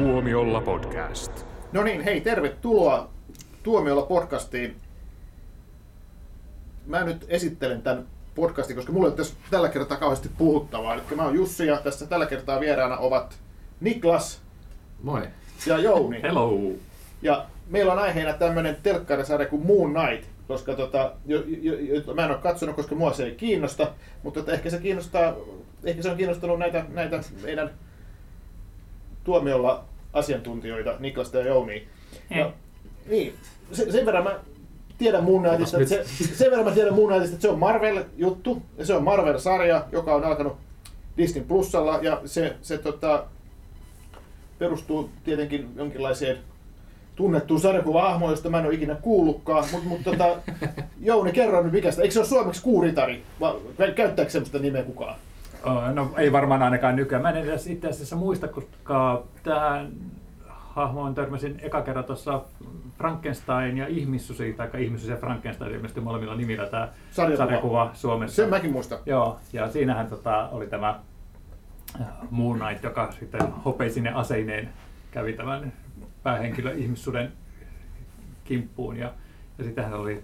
Tuomiolla podcast. No niin, hei, tervetuloa Tuomiolla podcastiin. Mä nyt esittelen tämän podcastin, koska mulla ei ole tässä tällä kertaa kauheasti puhuttavaa. Eli mä oon Jussi ja tässä tällä kertaa vieraana ovat Niklas. Moi. Ja Jouni. Hello. Ja meillä on aiheena tämmönen telkkarisarja kuin Moon Knight, koska mä en ole katsonut, koska mua se ei kiinnosta, mutta ehkä se on kiinnostanut näitä meidän Tuomiolla asiantuntijoita, Niklasta ja Jounia. Niin, sen verran mä tiedän Moon Knightista, että se on Marvel-juttu, ja se on Marvel-sarja, joka on alkanut Disney Plusalla, ja se perustuu tietenkin jonkinlaiseen tunnettuun sarjakuva-hahmoon, josta mä en ole ikinä kuullutkaan, mutta Jouni, kerro nyt mikä sitä. Eikö se ole suomeksi Kuuritari, vai käyttääkö semmoista nimeä kukaan? No ei varmaan ainakaan nykyään. Mä en edes itse asiassa muista, koska tähän hahmoon törmäsin eka kerran tuossa Frankenstein ja Ihmissusi, tai Ihmissusi ja Frankenstein ilmestyi molemmilla nimillä tämä sarjakuva Suomessa. Sen mäkin muistan. Joo, ja siinähän oli tämä Moon Knight, joka sitten hopeisine aseineen kävi tämän päähenkilö Ihmissuden kimppuun. Ja sittenhän oli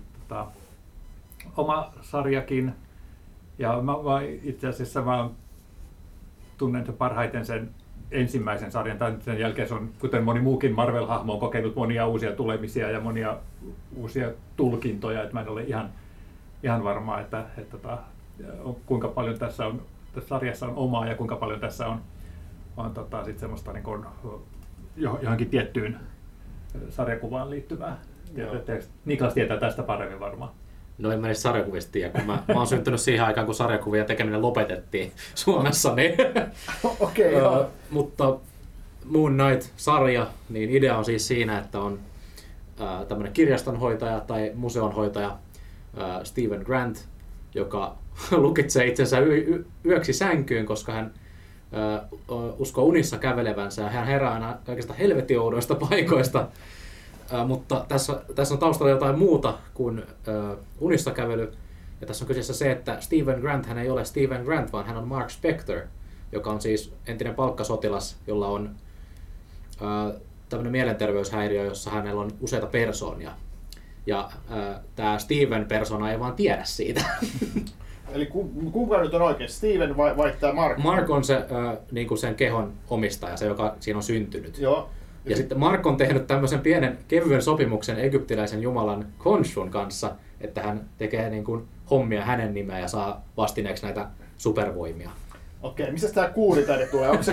oma sarjakin. Ja itse asiassa mä tunnen parhaiten sen ensimmäisen sarjan, tai sen jälkeen se on, kuten moni muukin Marvel-hahmo, on kokenut monia uusia tulemisia ja monia uusia tulkintoja, että mä en ole ihan varma, että kuinka paljon tässä sarjassa on omaa ja kuinka paljon tässä on sit semmoista niin kuin johonkin tiettyyn sarjakuvaan liittyvää. Niklas tietää tästä paremmin varmaan. No en mä edes sarjakuvista tiedä, kun mä oon syntynyt siihen aikaan, kun sarjakuvien tekeminen lopetettiin Suomessa. Niin. Okay, mutta Moon Knight-sarja, niin idea on siis siinä, että on tämmöinen kirjastonhoitaja tai museonhoitaja Steven Grant, joka lukitsee itsensä yöksi sänkyyn, koska hän uskoo unissa kävelevänsä ja hän herää aina kaikista helvettioudoista paikoista. Mutta tässä on taustalla jotain muuta kuin unissa kävely. Ja tässä on kyseessä se, että Steven Grant hän ei ole Steven Grant, vaan hän on Mark Spector, joka on siis entinen palkkasotilas, jolla on tämmöinen mielenterveyshäiriö, jossa hänellä on useita persoonia. Ja tämä Steven-persona ei vaan tiedä siitä. Eli kuka nyt on oikein? Steven vai tämä Mark? Mark on se, niinku sen kehon omistaja, se joka siinä on syntynyt. Joo. Ja sitten Mark on tehnyt tämmöisen pienen kevyen sopimuksen egyptiläisen jumalan Khonshun kanssa, että hän tekee niin kuin hommia hänen nimeä ja saa vastineeksi näitä supervoimia. Okei, missä tämä Kuuritaide tulee? Onko se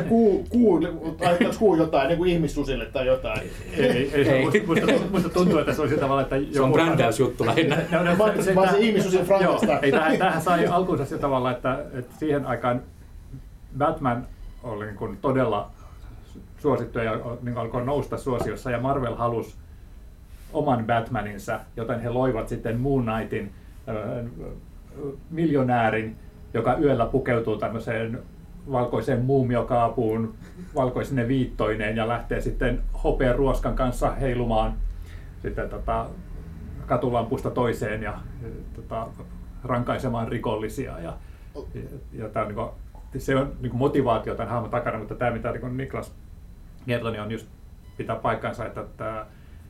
kuu jotain, niin kuin Ihmissusille tai jotain? Ei. Musta tuntuu, että se olisi tavalla, että se on brändäysjuttu lähinnä. Vaan se Ihmissusin Frankenstein. Tämähän sai alkuunsa sillä tavalla, että siihen aikaan Batman oli niin kuin todella suosittu ja niin alkoi nousta suosiossa, ja Marvel halusi oman Batmaninsa, joten he loivat sitten Moon Knightin, miljonäärin, joka yöllä pukeutuu tämmöiseen valkoiseen muumiokaapuun, valkoisine viittoineen, ja lähtee sitten hopean ruoskan kanssa heilumaan sitten katulampusta toiseen ja rankaisemaan rikollisia. Ja tämä on, niin kuin, se on niin kuin motivaatio tämän hahmon takana, mutta tämä mitä niin Niklas kertoi, on just pitää paikkansa, että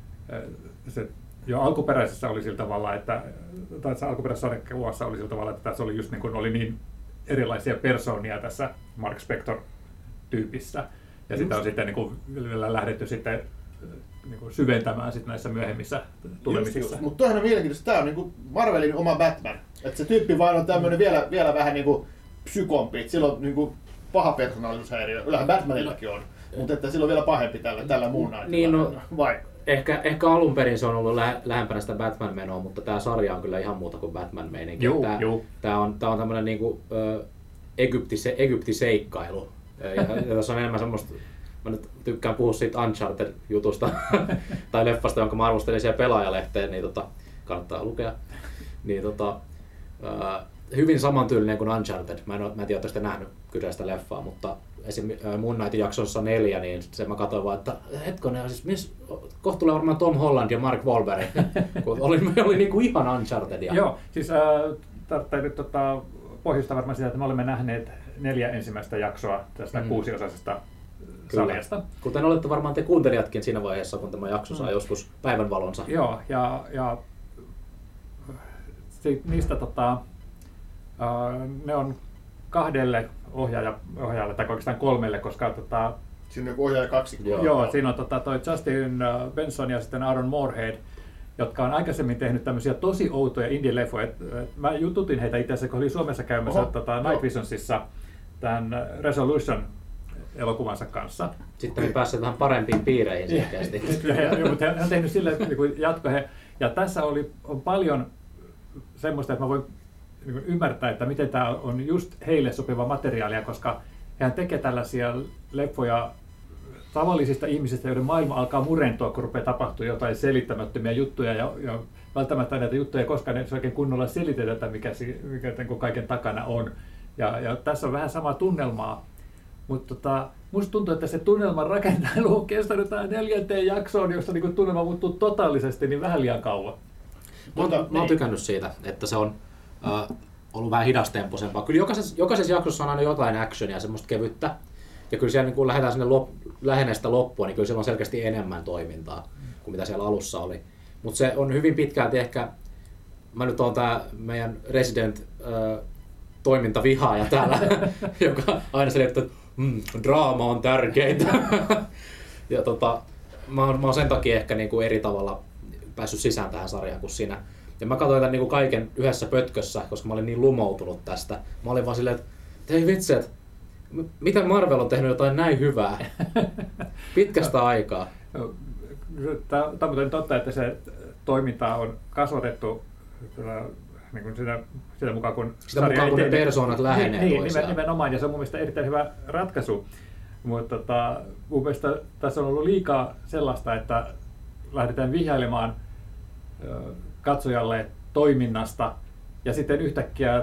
se jo alkuperäisessä oli sillä tavalla, että alkuperäisessä sarjakuvassa oli sillä tavalla, että tässä oli just niin kuin oli niin erilaisia persoonia tässä Mark Spector-tyypissä, ja sitä on sitten niin kuin lähdetty sitten niin kuin syventämään sitten näissä myöhemmissä tulemisissa. Mutta toihan on mielenkiintoista, tämä on niin kuin Marvelin oma Batman, että se tyyppi vaan on tämmöinen vielä vähän niin kuin psykompi, että sillä on niin kuin paha persoonallisuushäiriö, kyllähän Batmanillakin on. Mutta että sillä on vielä pahempi tällä Moon Knightilla. Niin, no, vai? Ehkä alun perin se on ollut lähempänä sitä Batman-menoa, mutta tämä sarja on kyllä ihan muuta kuin Batman-meininki. Tämä on tämmöinen niinku, Egypti-seikkailu. Ja tässä on enemmän semmoista, mä nyt tykkään puhua siitä Uncharted-jutusta tai leffasta, jonka mä arvostelin siellä Pelaajalehteen, niin kannattaa lukea. Niin, hyvin samantyylinen kuin Uncharted. Mä en tiedä, oletteko te nähnyt kyseistä leffaa, mutta esimerkiksi Moon Knightin jaksossa 4, niin se mä katsoin vaan, että hetkonen, siis kohta tulee varmaan Tom Holland ja Mark Wahlberg, kun oli niin kuin ihan Unchartedia. Joo, siis täytyy pohjustaa varmaan sitä, että me olemme nähneet 4 ensimmäistä jaksoa tästä 6-osaisesta sarjasta. Kuten olette varmaan te kuuntelijatkin siinä vaiheessa, kun tämä jakso saa joskus päivänvalonsa. Joo, ja niistä ne on 2 ohjaajalle, tai oikeastaan 3, koska siinä on ohjaaja 2. Joo, siinä on toi Justin Benson ja sitten Aaron Moorhead, jotka on aikaisemmin tehnyt tämmöisiä tosi outoja indie-leffoja. Mä jututin heitä itse asiassa, kun oli Suomessa käymässä Night Visionsissa tämän Resolution-elokuvansa kanssa. Sitten me pääsemme vähän parempiin piireihin selkeästi. Mutta he on tehnyt sille jatko. Ja tässä on paljon semmoista, että mä voin ymmärtää, että miten tämä on just heille sopiva materiaalia, koska hän tekee tällaisia leffoja tavallisista ihmisistä, joiden maailma alkaa murentua, kun rupeaa tapahtumaan jotain selittämättömiä juttuja, ja välttämättä näitä juttuja ei koskaan edes oikein kunnolla selitetä, mikä kaiken takana on. Ja tässä on vähän samaa tunnelmaa, mutta musta tuntuu, että se tunnelman rakentelu on kestänyt 4. jaksoon, josta niin tunnelma muuttuu totaalisesti niin vähän liian kauan. Mä oon tykännyt siitä, että se on ollut vähän hidastempoisempaa. Kyllä jokaisessa jaksossa on aina jotain actionia, semmoista kevyttä. Ja kyllä siellä kun lähdetään sinne lähenee sitä loppua, niin kyllä siellä on selkeästi enemmän toimintaa kuin mitä siellä alussa oli. Mutta se on hyvin pitkälti ehkä, mä nyt oon tää meidän resident toimintavihaaja täällä, joka aina selittää, että draama on tärkeintä. Ja mä oon sen takia ehkä niinku eri tavalla päässyt sisään tähän sarjaan kuin sinä. Ja mä katsoin tämän niinku kaiken yhdessä pötkössä, koska mä olin niin lumoutunut tästä. Mä olin vaan silleen, että hei vitset, miten Marvel on tehnyt jotain näin hyvää pitkästä aikaa? Tämä on muuten totta, että se toiminta on kasvatettu sitä mukaan, kun ne persoonat lähenee toisiaan. Nimenomaan, ja se on mun mielestä erittäin hyvä ratkaisu. Mutta mun mielestä tässä on ollut liikaa sellaista, että lähdetään vihjailemaan katsojalle toiminnasta, ja sitten yhtäkkiä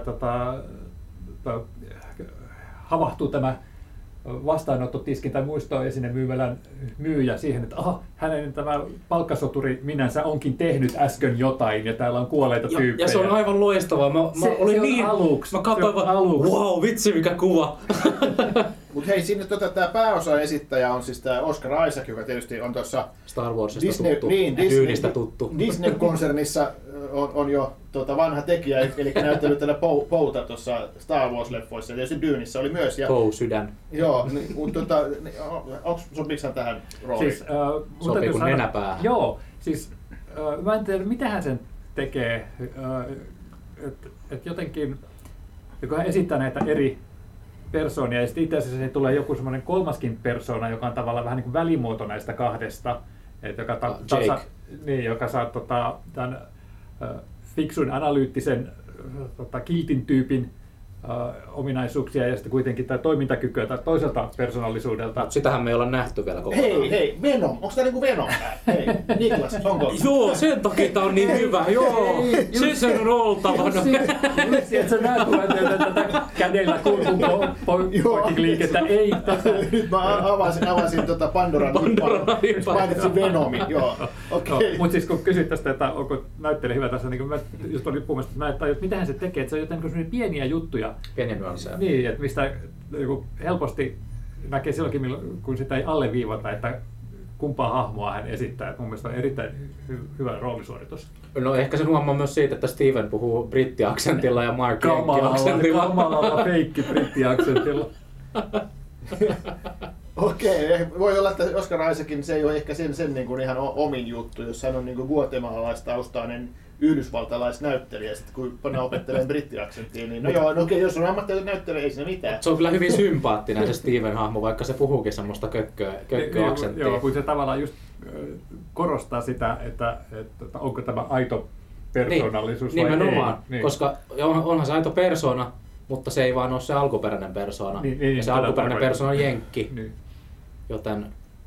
havahtuu tämä vastaanottotiskin tai muistoesinemyymälän myyjä siihen, että hänen tämä palkkasoturi minänsä onkin tehnyt äsken jotain ja täällä on kuolleita tyyppejä. Ja se on aivan loistavaa. Mä olin niin aluksi. Mä katsoin vaan, wow, vitsi mikä kuva. Mut hei, sinne tämä pääosan esittäjä on siis tämä Oscar Isaac, joka tietysti on tuossa Star Warsista tuttu, Dyynistä tuttu. Disney-konsernissa on jo vanha tekijä, eli näyttänyt tällä Pouta tuossa Star Wars-leffoissa, ja tietysti Dyynissä oli myös. Pou-sydän. Joo, mutta sopiiko hän tähän rooliin? Siis, sopii kuin nenäpäähän. Joo, siis mä en tiedä, mitä hän sen tekee, että jotenkin, kun hän esittää näitä eri persoonia, ja sitten itse asiassa se tulee joku semmoinen 3. persoona, joka on tavallaan vähän niin kuin välimuoto näistä 2, joka saa tämän fiksun analyyttisen kiltin tyypin ominaisuuksia ja sitten kuitenkin tämä toimintakykyä tai toiselta persoonallisuudelta. Sitähän me ei olla nähty vielä kokonaan. Hei, Venom. Onko tämä niinku Venom? Hei, Niklas, onko? Joo, sen takia tämä on niin hyvä. Joo, se on oltava. Jussi, että sä näet tätä kädellä kulkunpoikiliikettä. Ei tätä. Nyt mä avasin Pandoran lippaan. Mainitsin Venomin, joo. Okay. Mutta siis kun kysyt tästä, että onko näyttelijä hyvä tässä, niin mä just olin puhumassa, että mitähän se tekee, että se on jotain pieniä juttuja. Pieniä nyansseja. Niin, että mistä helposti näkee silloinkin, kun sitä ei alleviivata, että kumpaa hahmoa hän esittää. Että mun mielestä on erittäin hyvä roolisuoritus. No ehkä se huomaa myös siitä, että Steven puhuu brittiaksentilla ja Mark jenkki-aksentilla. Kamalalla feikki brittiaksentilla. Okei, voi olla, että Oscar Isaacin se ei ole ehkä sen niin kuin ihan omin juttu, jos hän on niin kuin guatemalalaistaustainen yhdysvaltalaisnäyttelijä, sitten kun pannaan opettelemaan brittiaksenttia, niin no joo, no okei, jos on ammattilainen näyttelijä, ei siinä mitään. Se on kyllä hyvin sympaattinen se Steven-hahmo, vaikka se puhuukin semmoista kökköaksenttia. Joo, kun se tavallaan just korostaa sitä, että onko tämä aito persoonallisuus vai nimenomaan, ei. Koska onhan se aito persoona, mutta se ei vaan ole se alkuperäinen persoona. Ja se alkuperäinen persoona on jenkki. Niin. Joten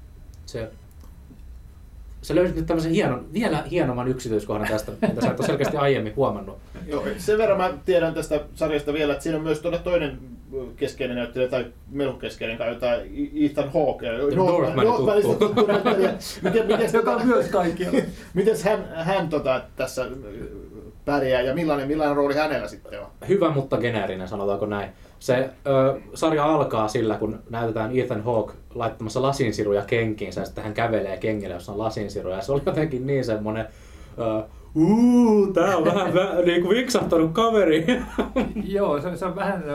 se löysi nyt tämmöisen vielä hienomman yksityiskohdan tästä, mitä sä et ole selkeästi aiemmin huomannut. Joo, sen verran mä tiedän tästä sarjasta vielä, että siinä on myös toinen keskeinen näyttelijä tai melukeskeinen kai jotain Ethan Hawke. Northmanin tuttu näyttelijä. Joka on myös kaikkialla. Miten hän tässä pärjää ja millainen rooli hänellä sitten on? Hyvä, mutta geneerinen, sanotaanko näin. Se sarja alkaa sillä, kun näytetään Ethan Hawke laittamassa lasinsiruja kenkiinsä, ja sitten hän kävelee kengille, jossa on lasinsiruja. Ja se oli jotenkin niin semmoinen, tää on vähän niin kuin viksahtanut kaveri. Joo, se on vähän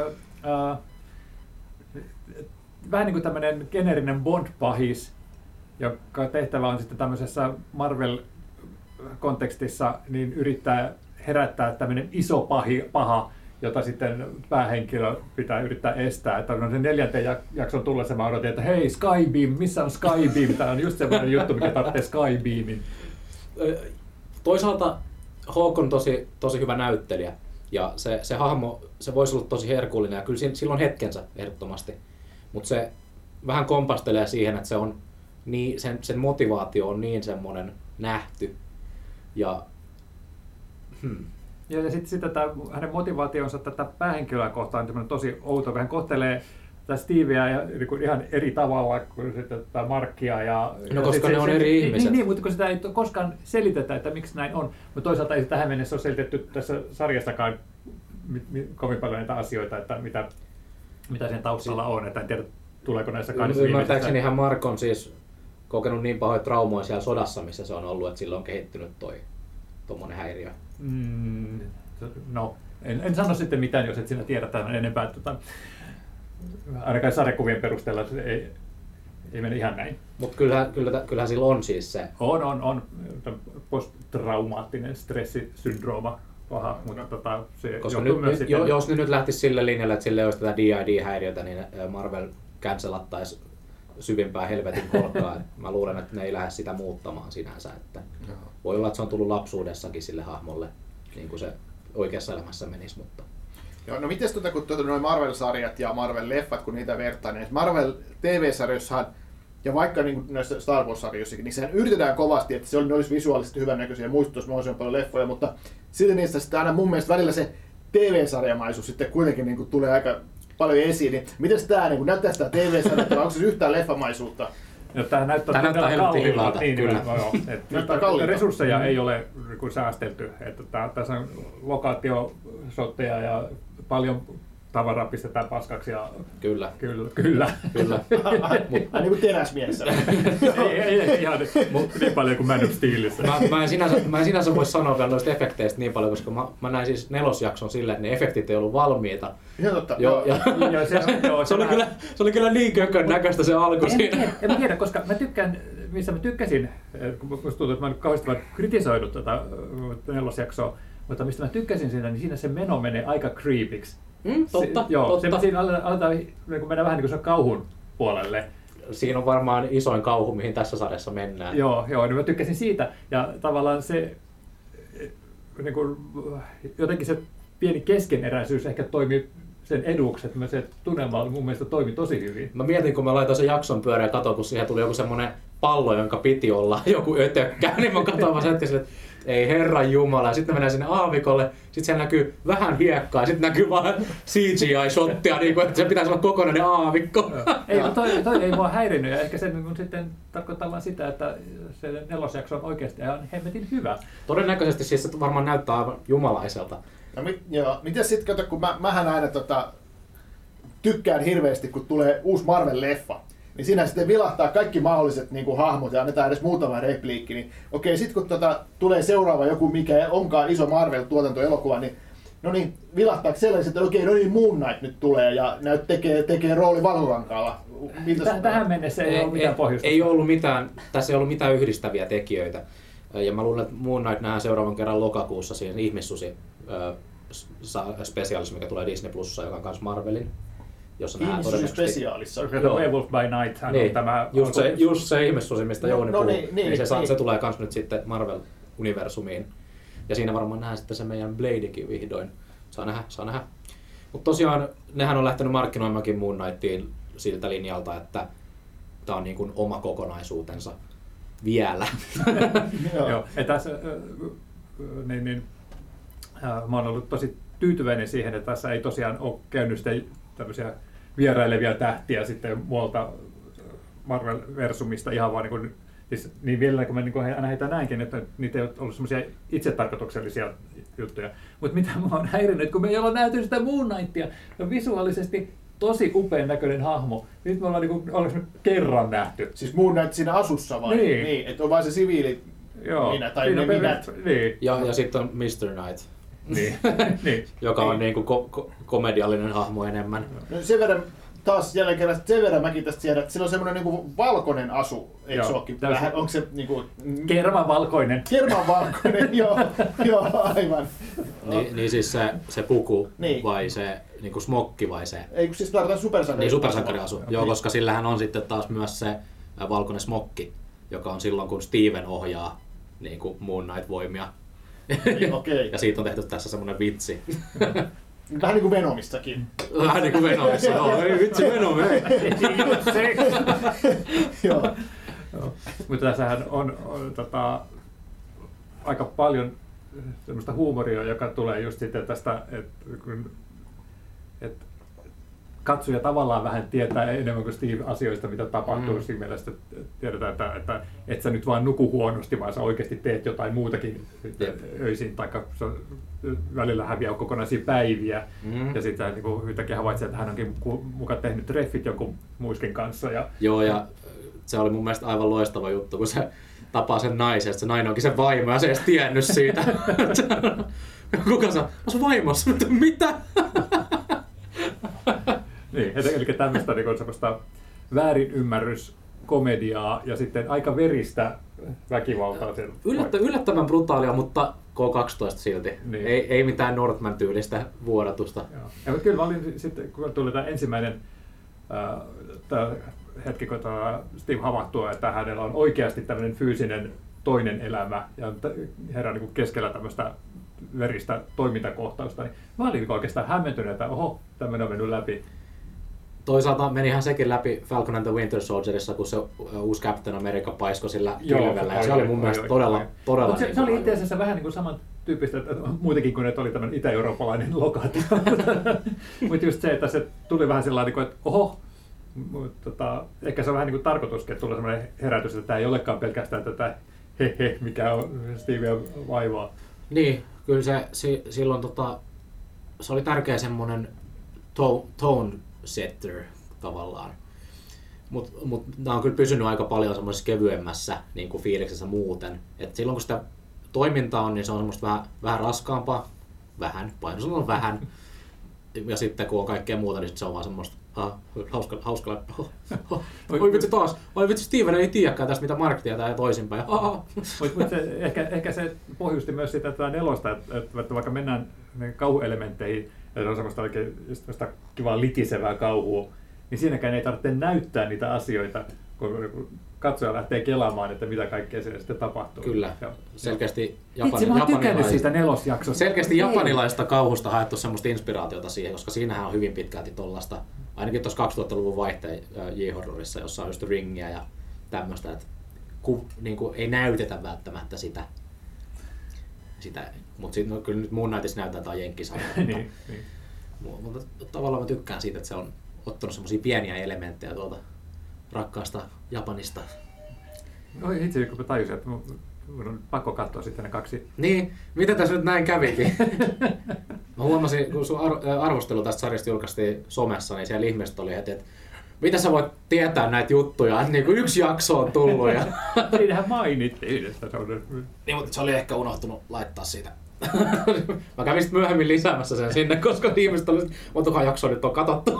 niin kuin tämmöinen geneerinen Bond-pahis, joka tehtävä on sitten tämmöisessä Marvel-kontekstissa niin yrittää herättää tämmöinen iso paha, jota sitten päähenkilö pitää yrittää estää. Että on sen 4. jakson tullessa mä odotin, että hei Skybeam, missä on Skybeam? Tämä on just semmoinen juttu, mikä tarvitsee Skybeamin. Toisaalta Hawke on tosi hyvä näyttelijä ja se hahmo, se voisi olla tosi herkullinen ja kyllä sillä on hetkensä ehdottomasti. Mutta se vähän kompastelee siihen, että se on niin, sen motivaatio on niin semmoinen nähty. Ja sitten hänen motivaationsa tätä päähenkilöä kohtaan on tosi outo, kun hän kohtelee tätä Steveä ja ihan eri tavalla kuin tätä Markkia. No koska ne on eri ihmiset. Niin, mutta kun sitä ei koskaan selitetä, että miksi näin on. Mutta toisaalta ei tähän mennessä ole selitetty tässä sarjassakaan kovin paljon näitä asioita, että mitä sen taustalla on. Että en tiedä, tuleeko näissä kahdessa viimeisessä. Ymmärtääkseni Mark on siis kokenut niin pahoja traumoja siellä sodassa, missä se on ollut, että sillä on kehittynyt tuommoinen häiriö. No, en sano sitten mitään, jos et sinä tiedä tämän enempää. Ainakaan sarjakuvien perusteella se ei mene ihan näin. Mutta kyllähän sillä on siis se. On posttraumaattinen stressisyndrooma paha, mutta se koska myös sitten. Jos nyt lähtisi sille linjalle, että sille olisi tätä DID-häiriötä, niin Marvel cancelattaisi syvimpää helvetin kolkkaa. Mä luulen, että ne ei lähde sitä muuttamaan sinänsä. Että voi olla, että se on tullut lapsuudessakin sille hahmolle, niin kuin se oikeassa elämässä menisi. Mutta. Joo, no mites kun noin Marvel-sarjat ja Marvel-leffat, kun niitä vertaa, niin Marvel TV-sarjoissahan ja vaikka niin näissä Star Wars-sarjoissakin, niin sehän yritetään kovasti, että ne olisi visuaalisesti hyvännäköisiä ja muistuttaisi mahdollisimman paljon leffoja, mutta silti niistä sitten aina mun mielestä välillä se TV-sarjamaisuus sitten kuitenkin niin tulee aika paljon esiin. Niin miten tämä niin näyttää sitä TV-sarjaa, onko se yhtään leffamaisuutta? No, tämä näyttää kalliilta. Niin, kyllä. Resursseja ei ole säästelty. Että tässä on lokaatiosotteja ja paljon tavaraa pistetään paskaksi. Ja Kyllä. Niin kuin teräsmiessä. ei ihan niin paljon kuin Man of Steelissä. Mä en sinänsä voi sanoa vielä noista efekteistä niin paljon, koska mä näin siis 4. jakson silleen, että ne efektit ei ollut valmiita. Ihan totta. Se oli kyllä niin kökön näköistä se alku siinä. En tiedä, koska missä mä tykkäsin, kun musta tuntuu, että mä en kauheasti kritisoinut tätä 4. jaksoa, mutta mistä mä tykkäsin siinä, niin siinä se meno menee aika creepiksi. Totta. Siinä aletaan mennä vähän niin kuin se kauhun puolelle. Siinä on varmaan isoin kauhu, mihin tässä sarjassa mennään. Joo, niin mä tykkäsin siitä. Ja tavallaan se, niin kuin, jotenkin se pieni keskeneräisyys ehkä toimi sen eduksi, että se tunnelma mun mielestä toimi tosi hyvin. Mä mietin, kun mä laitoin sen jakson pyörään ja katsoin, kun siihen tuli joku semmoinen pallo, jonka piti olla joku ötökkä, niin mä katsoin vaan hetkessä, että ei herran jumala. Ja sitten mennään sinne aavikolle, sitten siellä näkyy vähän hiekkaa, sitten näkyy vaan CGI-shottia, niin kuin, että se pitäisi olla kokonainen aavikko. Ei, toi ei mua häirinyt, ja ehkä se sitten tarkoittaa vaan sitä, että se 4. jakso on oikeasti ihan hemmetin hyvä. Todennäköisesti siis se varmaan näyttää aivan jumalaiselta. No, miten sitten, kato, kun mähän aina tykkään hirveästi, kun tulee uusi Marvel-leffa, niin siinä sitten vilahtaa kaikki mahdolliset niin kuin hahmot ja annetaan edes muutama repliikki. Niin, okei, sitten kun tulee seuraava joku, mikä onkaan iso Marvel-tuotantoelokuva, niin no niin, vilahtaako sellaiset, että okei, no niin Moon Knight nyt tulee ja tekee rooli valkokankaalla. Tähän mennessä ei ollut mitään pohjusta. Tässä ei ollut mitään yhdistäviä tekijöitä. Ja mä luulen, että Moon Knight nähdään seuraavan kerran lokakuussa siinä Ihmissusi spesiaalissa, mikä tulee Disney Plussa, joka on myös Marvelin. Ihmissusi-spesiaalissa. Werewolf by Night niin, on tämä. Just se Ihmissusi, mistä Jouni puhuu. Niin se tulee myös nyt sitten Marvel-universumiin. Ja siinä varmaan nähdään sitten se meidän Bladekin vihdoin. Saa nähdä. Mutta tosiaan nehän on lähtenyt markkinoimaankin Moon Knightiin siltä linjalta, että tämä on niin kuin oma kokonaisuutensa vielä. Joo, tässä mä oon ollut tosi tyytyväinen siihen, että tässä ei tosiaan ole käynyt sitten tämmöisiä vierailevia tähtiä sitten muualta Marvel-versumista ihan vaan niin kuin Siis, niin vielä kun mä niin aina heitä näinkin, että niitä ei ole ollut semmoisia itsetarkoituksellisia juttuja. Mutta mitä mua on häirinnyt, kun me ei olla nähty sitä Moon Knightia, no visuaalisesti tosi upean näköinen hahmo. Nyt me ollaan ollaanko me kerran nähty. Siis Moon Knight siinä asussa vai? Niin, että on vain se siviili minä tai ne minät. Niin. Ja sitten on Mr. Knight. Niin. niin. Joka on niin kuin komediallinen hahmo enemmän. No sen verran taas jälleen kerran, sen verran mäkin tästä tiedän, että sillä on semmoinen niinku valkoinen asu, eikö se olekin? Vähän, onko se niinku... Kermavalkoinen. Kermavalkoinen, joo, aivan. Niin siis se puku niin. vai se niinku smokki vai se... Eikö siis tarkoita supersankari? Niin, supersankariasu. Joo, koska sillähän on sitten taas myös se valkoinen smokki, joka on silloin, kun Steven ohjaa niin kuin Moon Knight-voimia. Okay. Ja siitä on tehty tässä semmoinen vitsi. Vähän niin kuin Venomissakin. Vähän niin kuin Venomissa, joo. Ei vitsi Venomi. Joo. Mutta tässähän on aika paljon semmoista huumoria, joka tulee just sitten tästä, että katsoja tavallaan vähän tietää enemmän kuin Steve asioista, mitä tapahtuu. Siinä mielessä tiedetään, että et sä nyt vaan nuku huonosti, vaan sä oikeasti teet jotain muutakin öisin, tai välillä häviää kokonaisia päiviä. Ja sitten niin yhtäkkiä havaitsee, että hän onkin mukaan tehnyt treffit jonkun muiskin kanssa. Joo, ja se oli mun mielestä aivan loistava juttu, kun se tapaa sen naisen, että se nainen onkin sen vaimo, ja se ei edes tiennyt siitä. Kuka sä? Mä sun vaimossa, mitä? Niin, eli tämmöistä niin semmoista väärinymmärryskomediaa ja sitten aika veristä väkivaltaa. Yllättävän brutaalia, mutta K12 silti. Niin. Ei mitään Northman-tyylistä vuodatusta. Ja kyllä mä olin sitten, kun tuli tämä ensimmäinen hetki, kun Steve havahtua, että hänellä on oikeasti tämmöinen fyysinen toinen elämä ja herää niin keskellä tämmöistä veristä toimintakohtausta, niin mä olin oikeastaan hämmentynyt, että oho, tämmöinen on mennyt läpi. Toisaalta menihän sekin läpi Falcon and the Winter Soldierissa, kun se uusi Captain America paiskoi sillä kilvellä, ja se oli mun mielestä todella se oli itse asiassa vähän niin kuin saman tyyppistä, että muutenkin kuin että oli tämmöinen itä-eurooppalainen lokaatio. Mutta just se, että se tuli vähän sellainen, että oho, ehkä se on vähän niin kuin tarkoituskin, että tulee semmoinen herätys, että tämä ei olekaan pelkästään tätä mikä on Stevea vaivaa. Niin, kyllä se silloin se oli tärkeä semmoinen tone setter tavallaan. Mut nämä on kyllä pysynyt aika paljon semmoisessa kevyemmässä niin kuin fiiliksessä muuten. Et silloin kun sitä toimintaa on, niin se on semmoista vähän raskaampaa. Painosanalla on vähän. Ja sitten kun on kaikkea muuta, niin se on vaan semmoista hauska. Oi vitsi taas. Oi vitsi, Steven ei tiedäkään tästä, mitä Mark tietää ja toisinpäin. Mutta ehkä se pohjusti myös sitä tätä nelosta, että vaikka mennään kauhuelementteihin, ja se on semmoista oikein kivaa litisevää kauhua, niin siinäkään ei tarvitse näyttää niitä asioita, kun katsoja lähtee kelaamaan, että mitä kaikkea siellä sitten tapahtuu. Kyllä, selkeästi japanilaista kauhusta haettu semmoista inspiraatiota siihen, koska siinähän on hyvin pitkälti tollaista, ainakin tuossa 2000-luvun vaihteen J-horrorissa, jossa on just Ringia ja tämmöistä, että niin kuin ei näytetä välttämättä sitä. Mutta kyllä nyt Moon Knightissa näytetään jotain jenkkisarjaa. niin. Mutta tavallaan mä tykkään siitä, että se on ottanut semmosia pieniä elementtejä tuolta rakkaasta Japanista. No itse kun mä tajusin, että mun on pakko katsoa sitten ne kaksi. Niin, mitä tässä nyt näin kävikin? Mä huomasin, kun sun arvostelu tästä sarjasta julkaistiin somessa, niin siellä ihmiset oli heti, että mitä sä voit tietää näitä juttuja, että niin yksi jakso on tullut. Ja... Siinähän mainittiin, että se on... Niin, mutta se oli ehkä unohtunut laittaa siitä. Mä kävin sitten myöhemmin lisäämässä sen sinne, koska ihmiset oli, että montakaan jaksoa nyt on katsottu.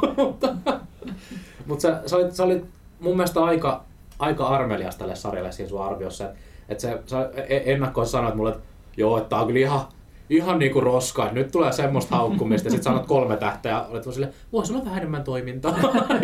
Mutta se oli mun mielestä aika armelias tälle sarjalle siinä sun arviossa. Että se ennakkoon sanoit mulle, että joo, että tää on kyllä ihan niinku roska, että nyt tulee semmoista haukkumista ja sit sanot 3 tähteä ja olet silleen, voisi olla vähän enemmän toimintaa.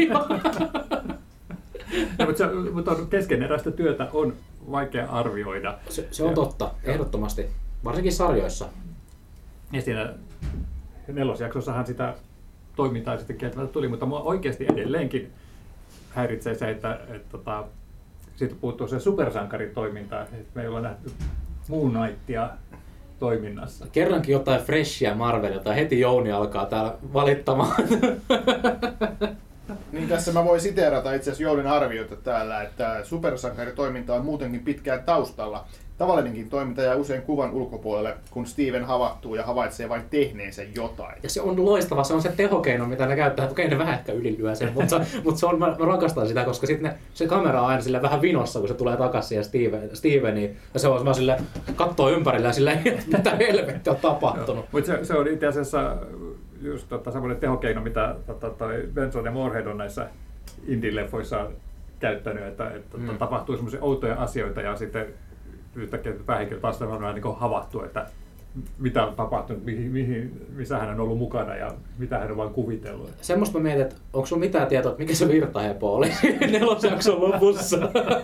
Mutta keskeneräistä työtä on vaikea arvioida. Se on totta, ehdottomasti. Varsinkin sarjoissa. Ja siinä 4. jaksossahan sitä toimintaa sitten kieltämättä tuli, mutta mua oikeasti edelleenkin häiritsee se, että siitä puuttuu se supersankaritoiminta, että me ei olla nähty Moon Knightia toiminnassa. Kerrankin jotain freshia Marvelilta, heti Jouni alkaa täällä valittamaan. Niin tässä mä voin siteerata itse asiassa Joulin arviota täällä, että supersankaritoiminta on muutenkin pitkään taustalla. Tavallinenkin toiminta jää usein kuvan ulkopuolelle, kun Steven havahtuu ja havaitsee vain tehneensä jotain. Ja se on loistava, se on se tehokeino, mitä ne käyttää. Okei, ne vähän ehkä ylilyö sen, mutta mä rakastan sitä, koska sitten se kamera on aina sille vähän vinossa, kun se tulee takaisin ja Steveniin. Ja se on vaan sille kattoo ympärillä ja silleen, mitä helvettiä on tapahtunut. Mutta se on itse asiassa just semmoinen tehokeino, mitä Benson ja Moorhead on näissä indie-leffoissa käyttänyt, että tapahtuu semmoisia outoja asioita ja sitten yhtäkkiä päähenkilö taas niin havahtuu, että mitä on tapahtunut, missä hän on ollut mukana ja mitä hän on vain kuvitellut. Semmoista mä mietin, että onko sulla mitään tietoa, että mikä se virtahepo oli 4. jakson lopussa?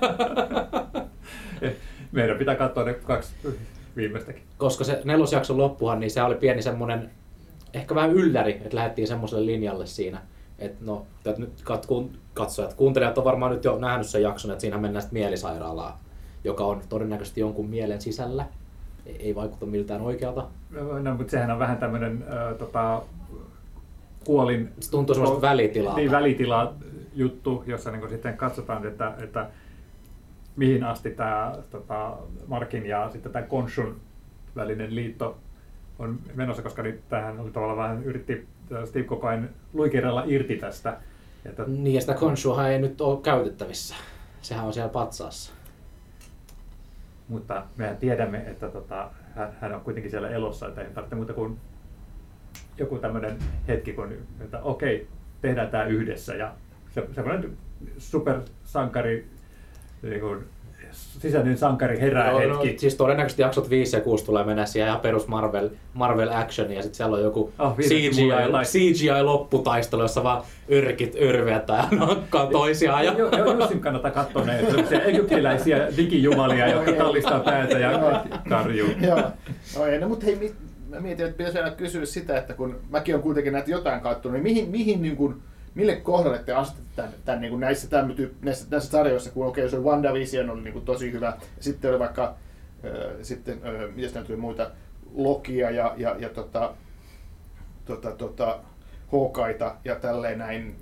Meidän pitää katsoa ne 2 viimeistäkin. Koska se 4. jakson loppuhan, niin se oli pieni semmoinen, ehkä vähän ylläri, että lähdettiin semmoiselle linjalle siinä. Että no, nyt katsojat, kuuntelijat on varmaan nyt jo nähnyt sen jakson, että siinä mennään sitten mielisairaalaan, joka on todennäköisesti jonkun mielen sisällä. Ei vaikuta miltään oikealta. No, mutta sehän on vähän tämmöinen kuolin... Se tuntuu semmoista välitilaa. Niin, välitila juttu, jossa niin sitten katsotaan, että mihin asti tämä Markin ja sitten tämä Khonshun välinen liitto on menossa, koska niin, tämähän oli tavallaan vähän yritti Steve koko ajan luikerella irti tästä. Että... Niin, ja sitä Khonshuahan ei nyt ole käytettävissä. Sehän on siellä patsaassa. Mutta mehän tiedämme, että hän on kuitenkin siellä elossa, että ei tarvitse muuta kuin joku tämmöinen hetki, kun, että okei, tehdään tämä yhdessä. Ja semmoinen supersankari, niin kuin sisäinen sankari herää hetki. No, siis todennäköisesti jaksot 5 ja 6 tulee mennä siihen ihan perus Marvel action ja sitten siellä on joku CGI-lopputaistelu, jossa vaan yrkit yrvetään ja nakkaa toisiaan. Jussin kannattaa katsoa ne egyptiläisiä digijumalia, jotka tallistaa päätä ja karjuu. No mutta hei, mä mietin, että pitäisi vielä kysyä sitä, että kun mäkin olen kuitenkin näitä jotain katsonut, niin mihin niin kuin, mille kohdalle te asetatte tämän niin näissä sarjoissa, kun se WandaVision oli niin kuin tosi hyvä, ja sitten oli vaikka mitäs näitä tuli muita, Lokia ja Hawkeita ja tälleen näin.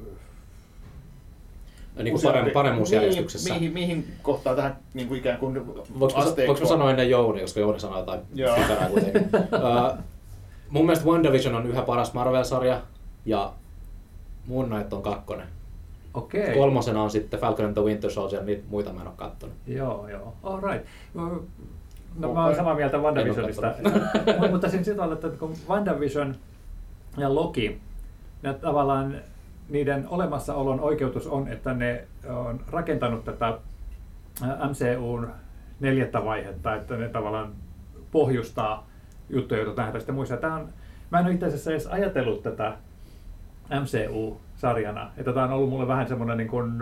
Niin kuin paremmuusjärjestyksessä. Mihin kohtaan tähän niin kuin ikään kuin asteikkoon? Voinko mä sanoa ennen Jouni, koska Jouni sanoo jotain typerää kuitenkin. Mun mielestä WandaVision on yhä paras Marvel-sarja ja Moon Knight on 2. Okei. 3. on sitten Falcon and the Winter Soldier, niitä muita mä en ole kattonut. Joo. All right. No, mä oon samaa mieltä WandaVisionista. Mutta siinä tavalla, että kun WandaVision ja Loki, ne tavallaan niiden olemassaolon oikeutus on, että ne on rakentanut tätä MCUn 4. vaihetta, että ne tavallaan pohjustaa juttuja, joita nähdään sitten muissa. Mä en ole itse asiassa edes ajatellut tätä MCU-sarjana, että tämä on ollut mulle vähän semmoinen niin kuin,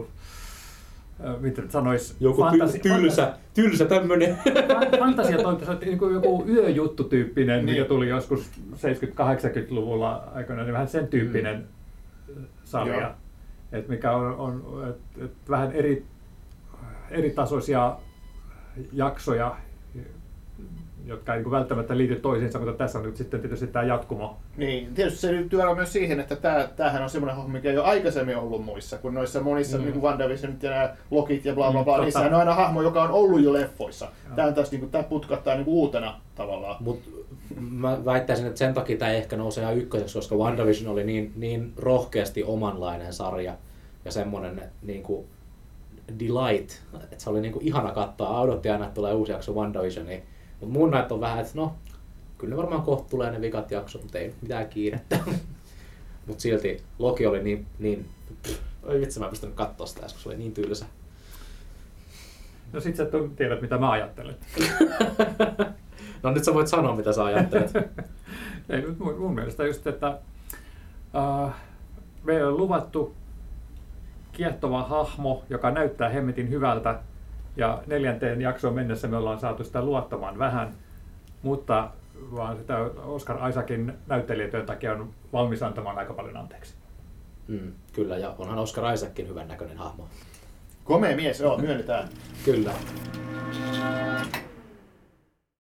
miten sanois, joku tylsä tämmönen. Fantasiatoiminta, joku yöjuttu-tyyppinen, mikä tuli joskus 70-80-luvulla aikoina, niin vähän sen tyyppinen sarja, että mikä on vähän eri tasoisia jaksoja, jotka ei välttämättä liity toisiinsa, mutta tässä on nyt sitten tietysti tämä jatkumo. Niin, tietysti se liittyy myös siihen, että tämähän on semmoinen hahmo, mikä ei ole aikaisemmin ollut muissa, kun noissa monissa niin kuin WandaVisionit ja nämä Lokit ja bla bla bla, niissä on aina hahmo, joka on ollut jo leffoissa. Tämä taas niin tämä putkattaa niin kuin uutena tavallaan. Mut mä väittäisin, että sen takia tämä ei ehkä nouse ihan ykköseksi, koska WandaVision oli niin rohkeasti omanlainen sarja ja semmoinen niin kuin delight, että se oli niin kuin ihana katsoa, odotti aina, että tulee uusi jakso WandaVisioniin. Mutta Moon Knight on vähän, että no, kyllä varmaan kohta tulee ne vikat jaksot, mutta ei mitään kiirettä. Mutta silti Loki oli niin oi vitsi, mä en pystynyt katsoa sitä, koska se oli niin tylsä. No sit sä tiedät, mitä mä ajattelen. No nyt sä voit sanoa, mitä sä ajattelet. Ei, mun mielestä just, että meillä on luvattu kiehtova hahmo, joka näyttää hemmetin hyvältä. Ja 4. jaksoon mennessä me ollaan saatu sitä luottamaan vähän, mutta vaan sitä Oscar Isaacin näyttelijätyön takia on valmis antamaan aika paljon anteeksi. Kyllä, ja onhan Oscar Isaacin hyvän näköinen hahmo. Komea mies, myönnetään. Kyllä.